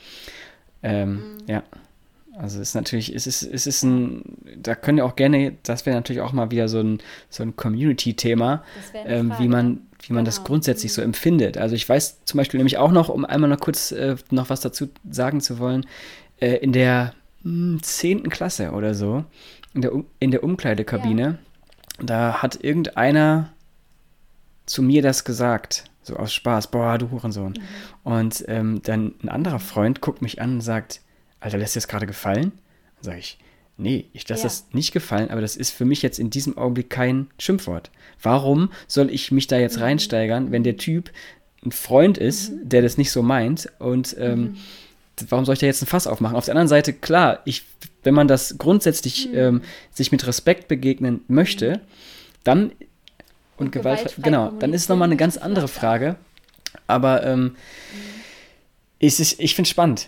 also es ist natürlich, da können wir auch gerne, das wäre natürlich auch mal wieder so ein Community-Thema, wie man das grundsätzlich so empfindet. Also ich weiß zum Beispiel nämlich auch noch, um einmal noch kurz noch was dazu sagen zu wollen, in der 10. Klasse oder so, in der Umkleidekabine, da hat irgendeiner zu mir das gesagt, so aus Spaß, boah, du Hurensohn. Und dann ein anderer Freund guckt mich an und sagt, Alter, lässt dir das gerade gefallen? Dann sage ich, nee, ich lasse das nicht gefallen, aber das ist für mich jetzt in diesem Augenblick kein Schimpfwort. Warum soll ich mich da jetzt reinsteigern, wenn der Typ ein Freund ist, der das nicht so meint und warum soll ich da jetzt ein Fass aufmachen? Auf der anderen Seite, klar, wenn man das grundsätzlich sich mit Respekt begegnen möchte, dann und gewaltfrei, genau, dann ist es nochmal eine ganz andere Frage. Aber ich finde es spannend.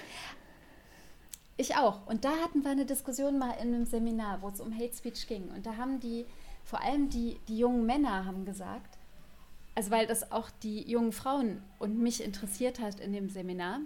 Ich auch. Und da hatten wir eine Diskussion mal in einem Seminar, wo es um Hate Speech ging. Und da haben vor allem die jungen Männer haben gesagt, also weil das auch die jungen Frauen und mich interessiert hat in dem Seminar,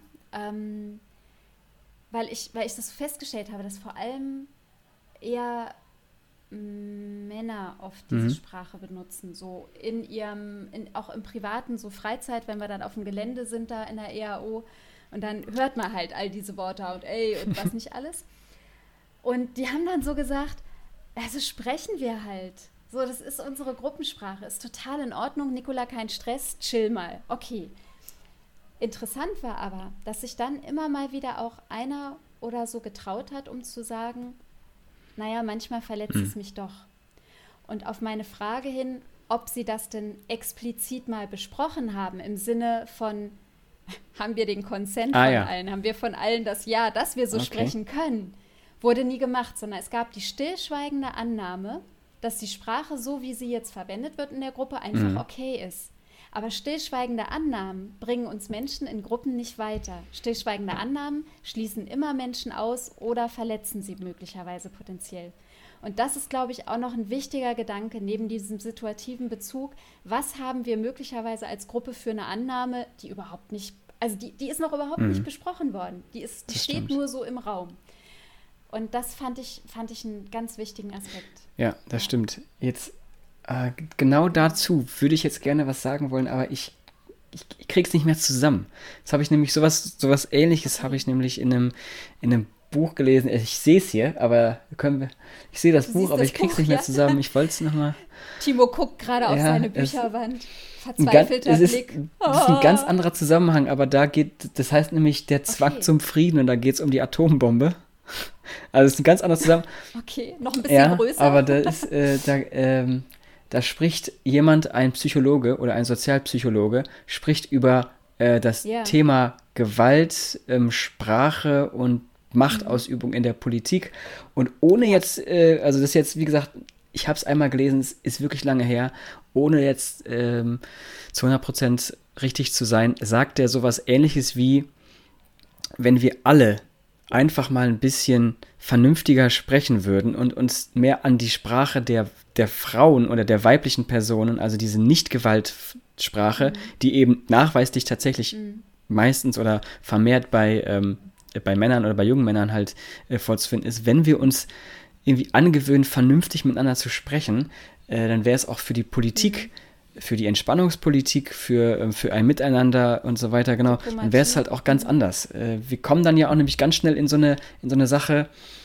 weil ich das festgestellt habe, dass vor allem eher Männer oft diese Sprache benutzen, so auch im Privaten, so Freizeit, wenn wir dann auf dem Gelände sind da in der EAO und dann hört man halt all diese Worte und ey und was nicht alles. Und die haben dann so gesagt, also sprechen wir halt. So, das ist unsere Gruppensprache, ist total in Ordnung. Nicola, kein Stress, chill mal. Okay. Interessant war aber, dass sich dann immer mal wieder auch einer oder so getraut hat, um zu sagen, naja, manchmal verletzt es mich doch. Und auf meine Frage hin, ob sie das denn explizit mal besprochen haben, im Sinne von, haben wir den Konsent von allen, haben wir von allen das Ja, dass wir so sprechen können, wurde nie gemacht, sondern es gab die stillschweigende Annahme, dass die Sprache, so wie sie jetzt verwendet wird in der Gruppe, einfach okay ist. Aber stillschweigende Annahmen bringen uns Menschen in Gruppen nicht weiter. Stillschweigende Annahmen schließen immer Menschen aus oder verletzen sie möglicherweise potenziell. Und das ist, glaube ich, auch noch ein wichtiger Gedanke neben diesem situativen Bezug. Was haben wir möglicherweise als Gruppe für eine Annahme, die überhaupt nicht, also die ist noch überhaupt nicht besprochen worden. Die steht nur so im Raum. Und das fand ich einen ganz wichtigen Aspekt. Ja, das stimmt. Jetzt genau dazu würde ich jetzt gerne was sagen wollen, aber ich krieg's nicht mehr zusammen. Jetzt habe ich nämlich sowas Ähnliches habe ich nämlich in einem Buch gelesen. Ich sehe es hier, aber ich sehe das Buch, aber ich krieg's nicht mehr zusammen. Ich wollte es nochmal. Timo guckt gerade auf seine Bücherwand. Verzweifelter Blick. Das ist ein ganz anderer Zusammenhang, aber das heißt nämlich der Zwang zum Frieden und da geht es um die Atombombe. Also es ist ein ganz anderer Zusammenhang. Okay, noch ein bisschen größer. Aber da spricht jemand, ein Psychologe oder ein Sozialpsychologe, spricht über das Thema Gewalt, Sprache und Machtausübung in der Politik. Und ohne jetzt, also das jetzt, wie gesagt, ich habe es einmal gelesen, es ist wirklich lange her, ohne jetzt zu 100% richtig zu sein, sagt er sowas Ähnliches wie, wenn wir alle einfach mal ein bisschen vernünftiger sprechen würden und uns mehr an die Sprache der Frauen oder der weiblichen Personen, also diese Nicht-Gewalt-Sprache, die eben nachweislich tatsächlich meistens oder vermehrt bei Männern oder bei jungen Männern halt vorzufinden ist, wenn wir uns irgendwie angewöhnen, vernünftig miteinander zu sprechen, dann wäre es auch für die Politik, für die Entspannungspolitik, für ein Miteinander und so weiter, genau, dann wäre es halt auch ganz anders. Wir kommen dann ja auch nämlich ganz schnell in so eine Sache,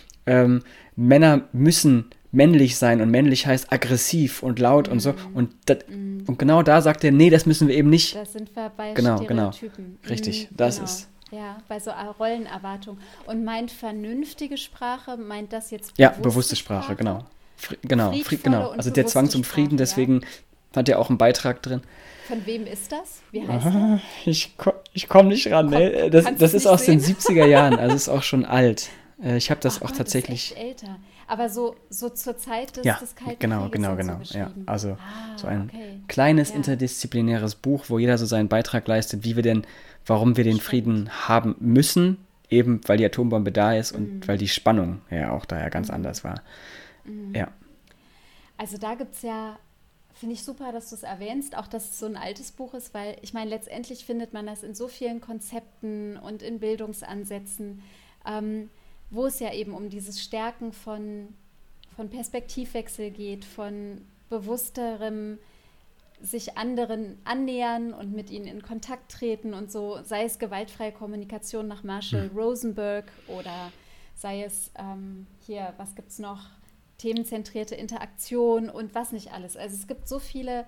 Männer müssen männlich sein und männlich heißt aggressiv und laut und so und genau da sagt er, nee, das müssen wir eben nicht. Das sind wir bei Stereotypen. Stereotypen. Richtig, das ist. Ja, bei so Rollenerwartungen. Und meint vernünftige Sprache, meint das jetzt bewusste Sprache, genau. Genau. Also der Zwang zum Frieden, deswegen hat er auch einen Beitrag drin. Von wem ist das? Wie heißt das? Ich komme nicht ran. Ne? Das ist aus den 70er Jahren, also ist auch schon alt. Ich habe das auch tatsächlich. Das ist echt älter. Aber so zur Zeit des Kalten genau. Krieges Ja, also so ein kleines interdisziplinäres Buch, wo jeder so seinen Beitrag leistet, warum wir den Frieden haben müssen, eben weil die Atombombe da ist und weil die Spannung ja auch daher ganz anders war. Ja. Also da gibt es ja, finde ich super, dass du es erwähnst, auch dass es so ein altes Buch ist, weil ich meine, letztendlich findet man das in so vielen Konzepten und in Bildungsansätzen, wo es ja eben um dieses Stärken von Perspektivwechsel geht, von bewussterem sich anderen annähern und mit ihnen in Kontakt treten und so, sei es gewaltfreie Kommunikation nach Marshall Rosenberg oder sei es hier, was gibt es noch, themenzentrierte Interaktion und was nicht alles. Also es gibt so viele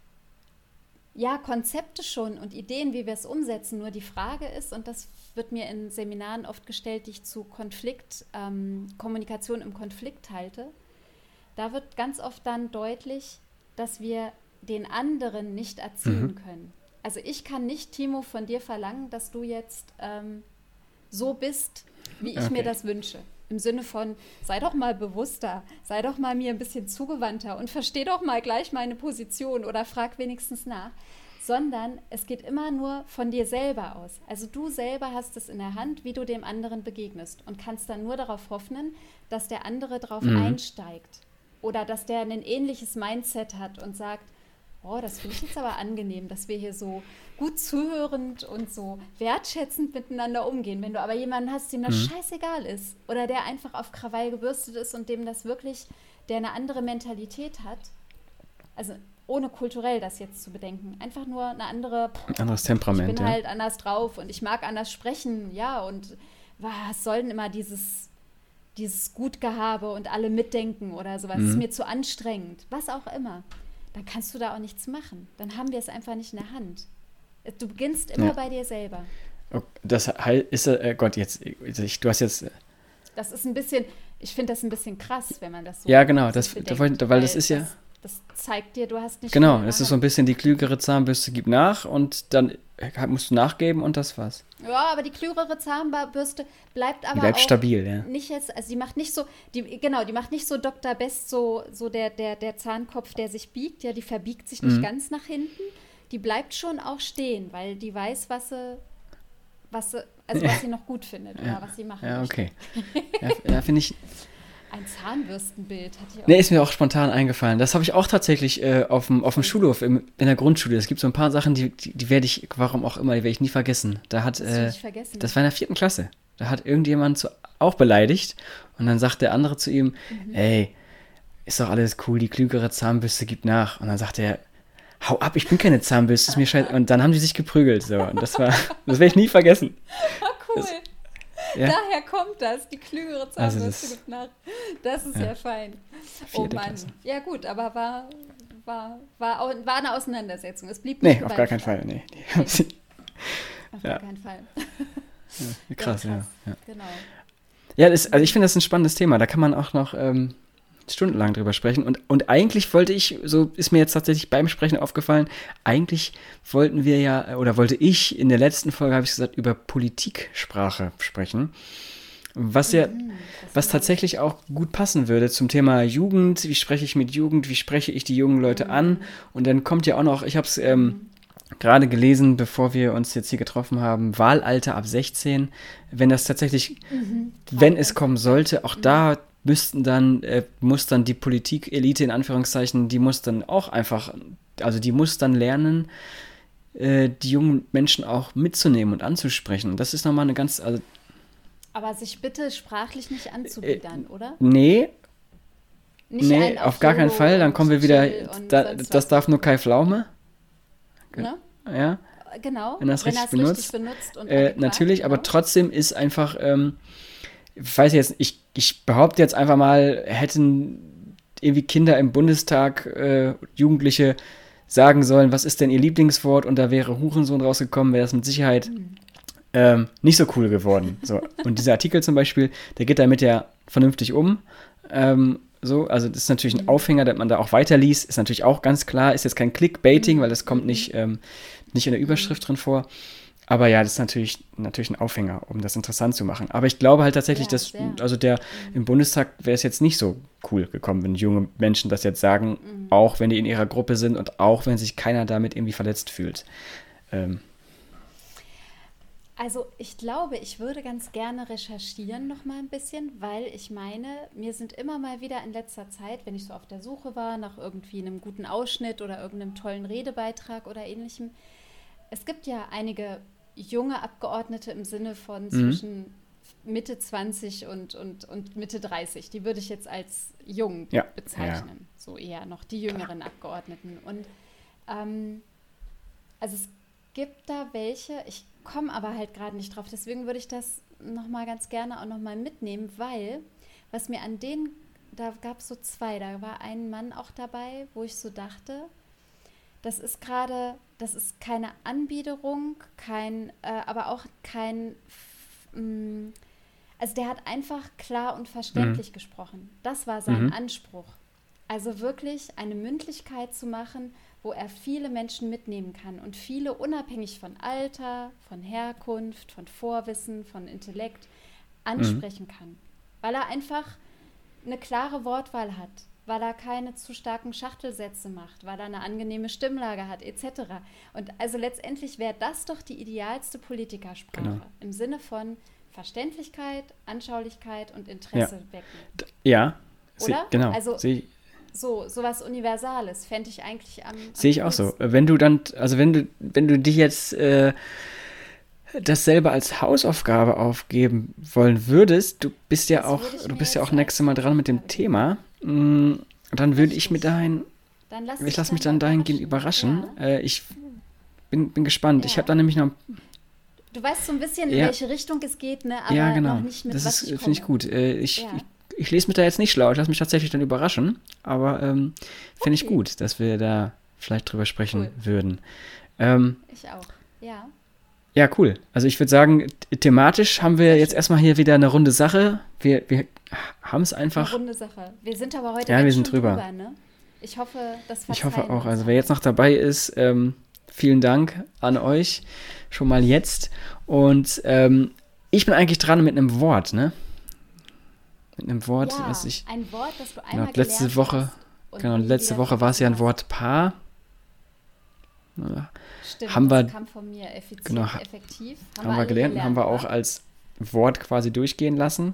Konzepte schon und Ideen, wie wir es umsetzen. Nur die Frage ist, und das wird mir in Seminaren oft gestellt, die ich zu Kommunikation im Konflikt halte, da wird ganz oft dann deutlich, dass wir den anderen nicht erziehen können. Also ich kann nicht, Timo, von dir verlangen, dass du jetzt so bist, wie ich mir das wünsche. Im Sinne von, sei doch mal bewusster, sei doch mal mir ein bisschen zugewandter und versteh doch mal gleich meine Position oder frag wenigstens nach. Sondern es geht immer nur von dir selber aus. Also du selber hast es in der Hand, wie du dem anderen begegnest und kannst dann nur darauf hoffen, dass der andere drauf einsteigt oder dass der ein ähnliches Mindset hat und sagt, oh, das finde ich jetzt aber angenehm, dass wir hier so gut zuhörend und so wertschätzend miteinander umgehen. Wenn du aber jemanden hast, dem das scheißegal ist oder der einfach auf Krawall gebürstet ist und dem das wirklich, der eine andere Mentalität hat, also ohne kulturell das jetzt zu bedenken, einfach nur eine andere, anderes Temperament. Ich bin halt anders drauf und ich mag anders sprechen, ja, und was soll denn immer dieses Gutgehabe und alle mitdenken oder sowas, ist mir zu anstrengend, was auch immer. Dann kannst du da auch nichts machen. Dann haben wir es einfach nicht in der Hand. Du beginnst immer bei dir selber. Das heißt, Gott, du hast jetzt... Das ist ein bisschen, ich finde das ein bisschen krass, wenn man das so... Ja, genau, bedenkt, weil das ist ja... Das zeigt dir, du hast nicht... Genau, das ist so ein bisschen, die klügere Zahnbürste gibt nach und dann musst du nachgeben und das war's. Ja, aber die klügere Zahnbürste bleibt aber bleibt auch stabil, ja. Nicht jetzt, also die macht nicht so, die macht nicht so Dr. Best, so der Zahnkopf, der sich biegt, ja, die verbiegt sich nicht ganz nach hinten. Die bleibt schon auch stehen, weil die weiß, was sie noch gut findet oder was sie machen möchte. Okay. Ja, finde ich... Ein Zahnbürstenbild hat hier auch. Nee, ist mir auch spontan eingefallen. Das habe ich auch tatsächlich auf dem Schulhof in der Grundschule. Es gibt so ein paar Sachen, die werde ich, warum auch immer, die werde ich nie vergessen. Das war in der 4. Klasse. Da hat irgendjemand auch beleidigt und dann sagt der andere zu ihm, ey, ist doch alles cool, die klügere Zahnbürste gibt nach. Und dann sagt er, hau ab, ich bin keine Zahnbürste, ist mir scheiße. Und dann haben die sich geprügelt. So. Und das werde ich nie vergessen. Cool. Daher kommt das, die klügere Zahnbürste gibt nach. Das ist ja fein. Oh Mann. Klasse. Ja gut, aber war eine Auseinandersetzung. Es blieb nicht auf gar keinen Fall. Nee. Auf gar keinen Fall. Ja, krass, ja. Genau. Ja, also ich finde das ein spannendes Thema. Da kann man auch noch stundenlang drüber sprechen. Und eigentlich wollte ich, so ist mir jetzt tatsächlich beim Sprechen aufgefallen, eigentlich wollte ich in der letzten Folge, habe ich gesagt, über Politiksprache sprechen. Was tatsächlich auch gut passen würde zum Thema Jugend. Wie spreche ich mit Jugend? Wie spreche ich die jungen Leute an? Und dann kommt ja auch noch, ich habe es gerade gelesen, bevor wir uns jetzt hier getroffen haben, Wahlalter ab 16. Wenn das tatsächlich, wenn es kommen sollte, auch da muss dann die Politikelite in Anführungszeichen, die muss dann auch einfach, also die muss dann lernen, die jungen Menschen auch mitzunehmen und anzusprechen. Und das ist nochmal eine ganz... Aber sich bitte sprachlich nicht anzubiedern, oder? Nee, auf gar keinen Fall. Dann kommen wir wieder, das darf nur Kai Pflaume. Ne? Ja. Genau, wenn er es richtig benutzt und natürlich, genau. Aber trotzdem ist einfach... ich weiß jetzt, ich behaupte jetzt einfach mal, hätten irgendwie Kinder im Bundestag, Jugendliche sagen sollen, was ist denn ihr Lieblingswort, und da wäre Hurensohn rausgekommen, wäre das mit Sicherheit nicht so cool geworden. So. Und dieser Artikel zum Beispiel, der geht damit ja vernünftig um. Also das ist natürlich ein Aufhänger, dass man da auch weiterliest, ist natürlich auch ganz klar, ist jetzt kein Clickbaiting, weil das kommt nicht in der Überschrift drin vor. Aber ja, das ist natürlich ein Aufhänger, um das interessant zu machen. Aber ich glaube halt tatsächlich, dass im Bundestag wäre es jetzt nicht so cool gekommen, wenn junge Menschen das jetzt sagen, auch wenn die in ihrer Gruppe sind und auch wenn sich keiner damit irgendwie verletzt fühlt. Also ich glaube, ich würde ganz gerne recherchieren noch mal ein bisschen, weil ich meine, mir sind immer mal wieder in letzter Zeit, wenn ich so auf der Suche war nach irgendwie einem guten Ausschnitt oder irgendeinem tollen Redebeitrag oder ähnlichem, es gibt ja einige junge Abgeordnete im Sinne von zwischen Mitte 20 und Mitte 30. Die würde ich jetzt als jung bezeichnen. Ja. So eher noch die jüngeren Abgeordneten. Und also es gibt da welche, ich komme aber halt gerade nicht drauf. Deswegen würde ich das nochmal ganz gerne auch nochmal mitnehmen, weil was mir an denen, da gab es so 2, da war ein Mann auch dabei, wo ich so dachte, das ist keine Anbiederung, aber auch kein, also der hat einfach klar und verständlich gesprochen. Das war sein Anspruch. Also wirklich eine Mündlichkeit zu machen, wo er viele Menschen mitnehmen kann und viele unabhängig von Alter, von Herkunft, von Vorwissen, von Intellekt ansprechen kann. Weil er einfach eine klare Wortwahl hat, weil er keine zu starken Schachtelsätze macht, weil er eine angenehme Stimmlage hat, etc. Und also letztendlich wäre das doch die idealste Politikersprache, im Sinne von Verständlichkeit, Anschaulichkeit und Interesse wecken. Ja, oder? Genau. Also sowas Universales fände ich eigentlich am sehe ich auch so. Wenn du dich jetzt das selber als Hausaufgabe aufgeben wollen würdest, du bist ja auch nächstes Mal dran mit dem Thema, dann würde ich lasse mich dann dahingehend überraschen. Ja. Ich bin gespannt. Ja. Ich habe dann nämlich noch... Du weißt so ein bisschen, in welche Richtung es geht, ne? Aber ja, genau. noch nicht mit was ich komme. Finde ich gut. Ich lese mich da jetzt nicht schlau, ich lasse mich tatsächlich dann überraschen, aber finde ich gut, dass wir da vielleicht drüber sprechen würden. Ich auch. Ja. Ja, cool. Also ich würde sagen, thematisch haben wir jetzt erstmal hier wieder eine runde Sache. Wir haben es einfach. Eine runde Sache. Wir sind aber heute wir sind drüber. Ne? Ich hoffe, das verzeihen Ich hoffe auch. uns. Also wer jetzt noch dabei ist, vielen Dank an euch schon mal jetzt. Und ich bin eigentlich dran mit einem Wort, ne? Mit einem Wort, was ich. Ein Wort, das du einmal letzte Woche. Genau, letzte Woche war es ja ein Wort Paar. Stimmt, das kam von mir effizient, genau, effektiv. Haben wir gelernt und haben wir auch als Wort quasi durchgehen lassen.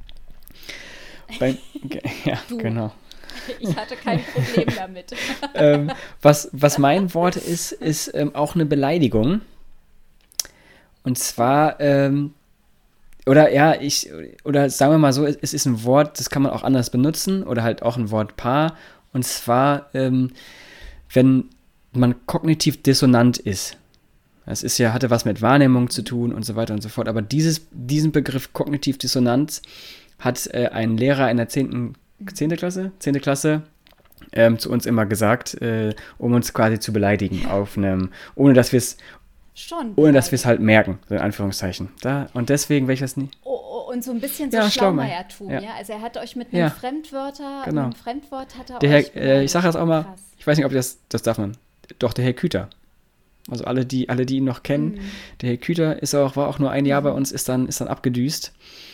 Ja, genau. Ich hatte kein Problem damit. Was mein Wort ist auch eine Beleidigung. Und zwar, oder sagen wir mal so, es ist ein Wort, das kann man auch anders benutzen oder halt auch ein Wortpaar. Und zwar, wenn man kognitiv dissonant ist. Das hatte was mit Wahrnehmung zu tun und so weiter und so fort. Aber diesen Begriff kognitiv dissonant hat ein Lehrer in der 10. Klasse zu uns immer gesagt, um uns quasi zu beleidigen, ohne dass wir es halt merken, so in Anführungszeichen. Und deswegen, wenn ich das nie. Und so ein bisschen so Schlaumeiertum, ja. Also er hat euch mit einem Fremdwort hat er euch ich sage das auch mal, ich weiß nicht, ob das darf man. Doch, der Herr Küter. Also alle, die ihn noch kennen. Der Herr Küter war auch nur ein Jahr bei uns, ist dann abgedüst.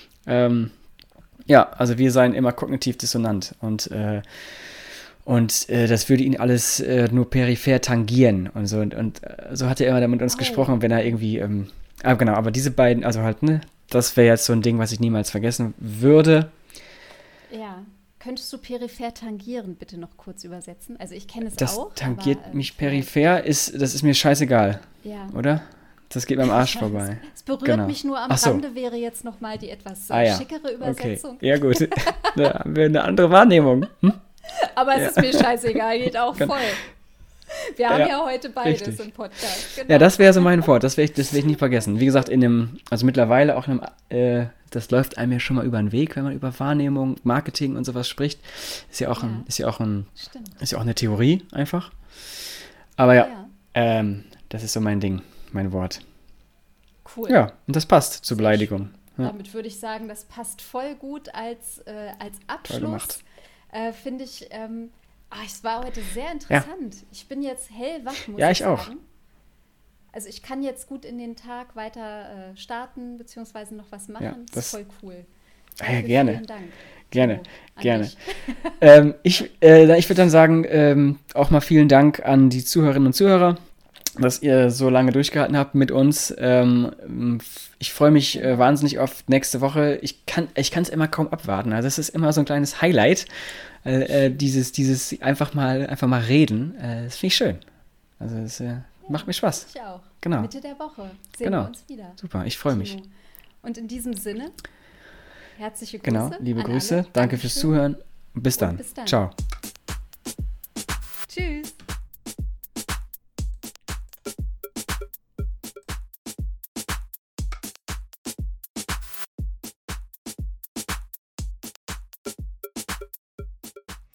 Also wir seien immer kognitiv dissonant und das würde ihn alles nur peripher tangieren und so. Und so hat er immer mit uns gesprochen, wenn er irgendwie, aber diese beiden, also halt, ne, das wäre jetzt so ein Ding, was ich niemals vergessen würde. Ja. Könntest du peripher tangieren, bitte noch kurz übersetzen? Also ich kenne es das auch. Das tangiert mich peripher, das ist mir scheißegal, oder? Das geht mir am Arsch vorbei. Es berührt mich nur am Rande, wäre jetzt nochmal die etwas schickere Übersetzung. Okay. Ja gut, da haben wir eine andere Wahrnehmung. Aber es ist mir scheißegal, geht auch voll. Wir haben ja heute beides im Podcast. Genau. Ja, das wäre so mein Wort, das will ich nicht vergessen. Wie gesagt, mittlerweile auch das läuft einem ja schon mal über den Weg, wenn man über Wahrnehmung, Marketing und sowas spricht. Ist ja auch eine Theorie einfach. Aber das ist so mein Ding, mein Wort. Cool. Ja, und das passt zur Beleidigung. Ja. Damit würde ich sagen, das passt voll gut als Abschluss. Finde ich, es war heute sehr interessant. Ja. Ich bin jetzt hellwach, muss ich sagen. Ja, ich auch. Also ich kann jetzt gut in den Tag weiter starten, beziehungsweise noch was machen. Ja, das ist voll cool. Gerne. Vielen Dank. Gerne. Ich würde dann sagen, auch mal vielen Dank an die Zuhörerinnen und Zuhörer, dass ihr so lange durchgehalten habt mit uns. Ich freue mich wahnsinnig auf nächste Woche. Ich kann es immer kaum abwarten. Also das ist immer so ein kleines Highlight. Dieses einfach mal reden. Das finde ich schön. Also das macht mir Spaß. Ich auch. Genau. Mitte der Woche sehen wir uns wieder. Super, ich freue mich. Und in diesem Sinne, herzliche Grüße. Genau, liebe Grüße. Danke fürs Zuhören. Bis dann. Ciao. Tschüss.